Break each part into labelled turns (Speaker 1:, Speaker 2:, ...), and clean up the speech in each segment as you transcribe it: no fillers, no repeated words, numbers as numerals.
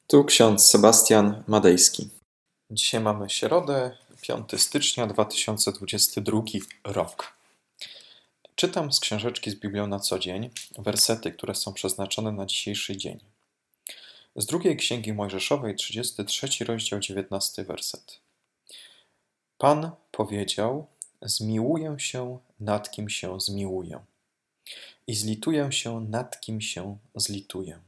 Speaker 1: Tu ksiądz Sebastian Madejski. Dzisiaj mamy środę, 5 stycznia 2022 rok. Czytam z książeczki z Biblią na co dzień wersety, które są przeznaczone na dzisiejszy dzień. Z drugiej Księgi Mojżeszowej, 33 rozdział, 19 werset. Pan powiedział: zmiłuję się nad kim się zmiłuję i zlituję się nad kim się zlituję.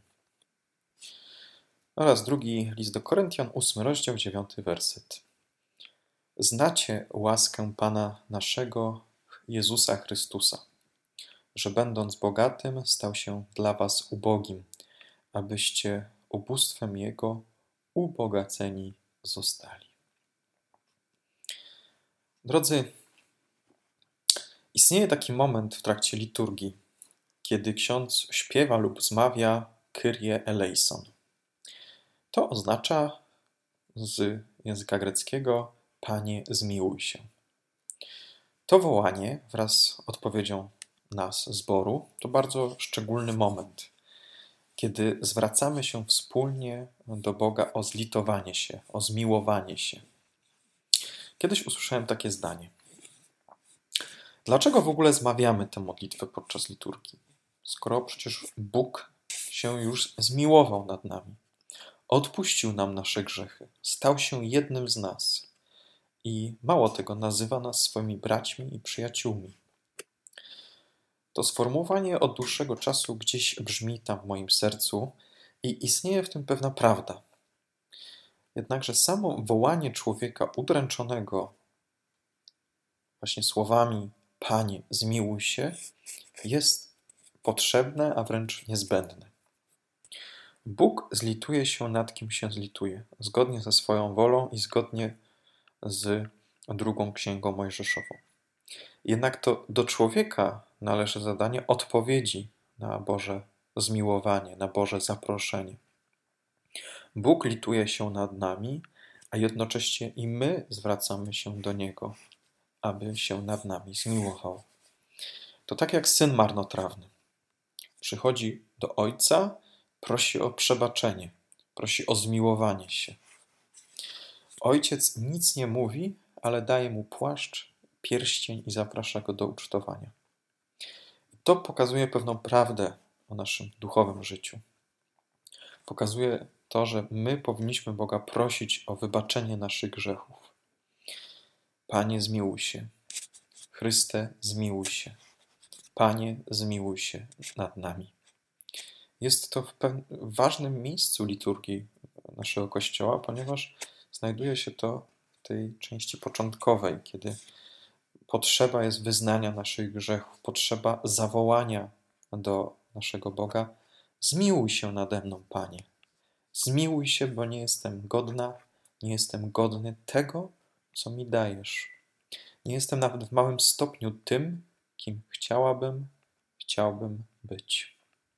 Speaker 1: Oraz drugi list do Koryntian, 8 rozdział, 9 werset. Znacie łaskę Pana naszego Jezusa Chrystusa, że będąc bogatym stał się dla was ubogim, abyście ubóstwem Jego ubogaceni zostali. Drodzy, istnieje taki moment w trakcie liturgii, kiedy ksiądz śpiewa lub zmawia Kyrie eleison. To oznacza z języka greckiego Panie, zmiłuj się. To wołanie wraz z odpowiedzią nas, zboru, to bardzo szczególny moment, kiedy zwracamy się wspólnie do Boga o zlitowanie się, o zmiłowanie się. Kiedyś usłyszałem takie zdanie. Dlaczego w ogóle zmawiamy tę modlitwę podczas liturgii? Skoro przecież Bóg się już zmiłował nad nami, odpuścił nam nasze grzechy, stał się jednym z nas. I mało tego, nazywa nas swoimi braćmi i przyjaciółmi. To sformułowanie od dłuższego czasu gdzieś brzmi tam w moim sercu i istnieje w tym pewna prawda. Jednakże samo wołanie człowieka udręczonego właśnie słowami Panie, zmiłuj się, jest potrzebne, a wręcz niezbędne. Bóg zlituje się nad kim się zlituje, zgodnie ze swoją wolą i zgodnie z drugą Księgą Mojżeszową. Jednak to do człowieka należy zadanie odpowiedzi na Boże zmiłowanie, na Boże zaproszenie. Bóg lituje się nad nami, a jednocześnie i my zwracamy się do Niego, aby się nad nami zmiłował. To tak jak syn marnotrawny. Przychodzi do ojca, prosi o przebaczenie, prosi o zmiłowanie się. Ojciec nic nie mówi, ale daje mu płaszcz, pierścień i zaprasza go do ucztowania. To pokazuje pewną prawdę o naszym duchowym życiu. Pokazuje to, że my powinniśmy Boga prosić o wybaczenie naszych grzechów. Panie, zmiłuj się. Chryste, zmiłuj się. Panie, zmiłuj się nad nami. Jest to w ważnym miejscu liturgii naszego Kościoła, ponieważ znajduje się to w tej części początkowej, kiedy potrzeba jest wyznania naszych grzechów, potrzeba zawołania do naszego Boga. Zmiłuj się nade mną, Panie. Zmiłuj się, bo nie jestem godna, nie jestem godny tego, co mi dajesz. Nie jestem nawet w małym stopniu tym, kim chciałbym być.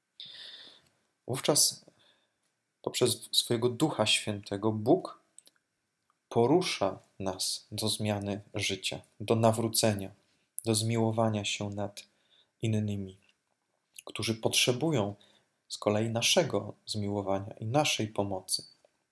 Speaker 1: Wówczas poprzez swojego Ducha Świętego Bóg porusza nas do zmiany życia, do nawrócenia, do zmiłowania się nad innymi, którzy potrzebują z kolei naszego zmiłowania i naszej pomocy.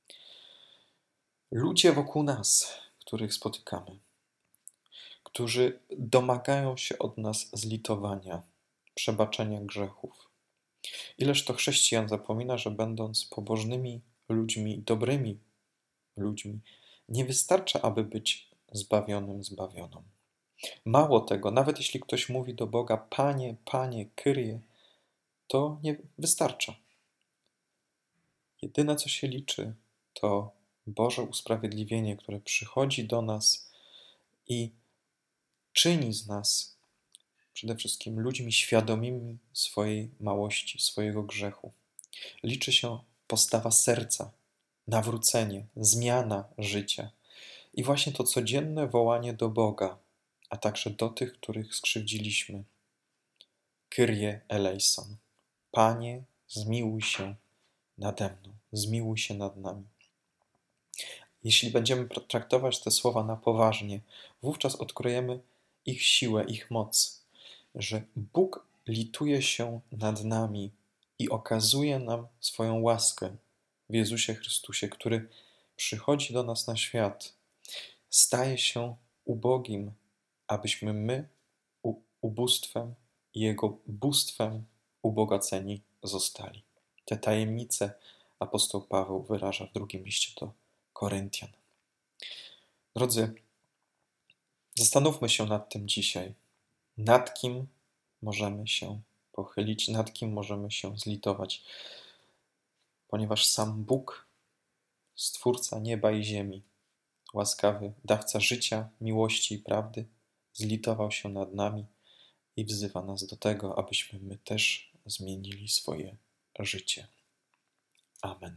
Speaker 1: Ludzie wokół nas, których spotykamy, którzy domagają się od nas zlitowania, przebaczenia grzechów. Ileż to chrześcijan zapomina, że będąc pobożnymi ludźmi, dobrymi ludźmi, nie wystarcza, aby być zbawioną. Mało tego, nawet jeśli ktoś mówi do Boga Panie, Panie, Kyrie, to nie wystarcza. Jedyne, co się liczy, to Boże usprawiedliwienie, które przychodzi do nas i czyni z nas przede wszystkim ludźmi świadomymi swojej małości, swojego grzechu. Liczy się postawa serca, nawrócenie, zmiana życia i właśnie to codzienne wołanie do Boga, a także do tych, których skrzywdziliśmy. Kyrie eleison. Panie, zmiłuj się nade mną, zmiłuj się nad nami. Jeśli będziemy traktować te słowa na poważnie, wówczas odkryjemy ich siłę, ich moc, że Bóg lituje się nad nami i okazuje nam swoją łaskę w Jezusie Chrystusie, który przychodzi do nas na świat, staje się ubogim, abyśmy my ubóstwem i Jego bóstwem ubogaceni zostali. Te tajemnice apostoł Paweł wyraża w drugim liście do Koryntian. Drodzy, zastanówmy się nad tym dzisiaj. Nad kim możemy się pochylić, nad kim możemy się zlitować. Ponieważ sam Bóg, Stwórca nieba i ziemi, łaskawy dawca życia, miłości i prawdy, zlitował się nad nami i wzywa nas do tego, abyśmy my też zmienili swoje życie. Amen.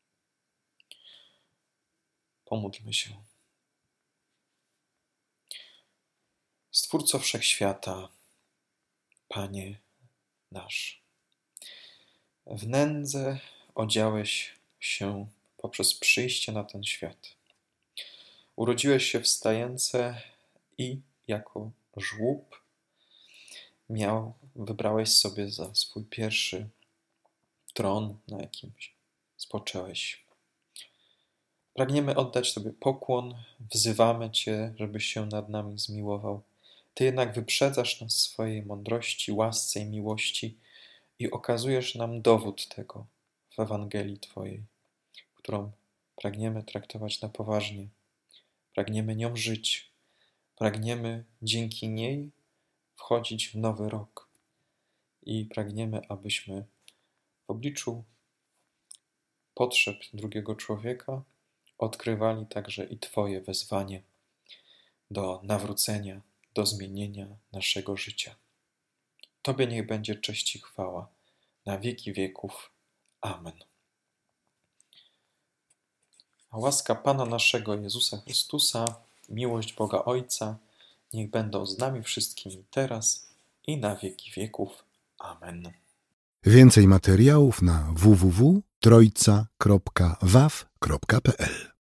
Speaker 1: Pomódlmy się. Stwórco wszechświata, Panie nasz, w nędzę odziałeś się poprzez przyjście na ten świat. Urodziłeś się w stajence i jako żłób wybrałeś sobie za swój pierwszy tron, na jakim spocząłeś. Pragniemy oddać Tobie pokłon, wzywamy Cię, żebyś się nad nami zmiłował. Ty jednak wyprzedzasz nas swojej mądrości, łasce i miłości i okazujesz nam dowód tego w Ewangelii Twojej, którą pragniemy traktować na poważnie. Pragniemy nią żyć. Pragniemy dzięki niej wchodzić w nowy rok. I pragniemy, abyśmy w obliczu potrzeb drugiego człowieka odkrywali także i Twoje wezwanie do nawrócenia, do zmienienia naszego życia. Tobie niech będzie cześć i chwała na wieki wieków. Amen. A łaska Pana naszego Jezusa Chrystusa, miłość Boga Ojca, niech będą z nami wszystkimi teraz i na wieki wieków. Amen.
Speaker 2: Więcej materiałów na www.trojca.waw.pl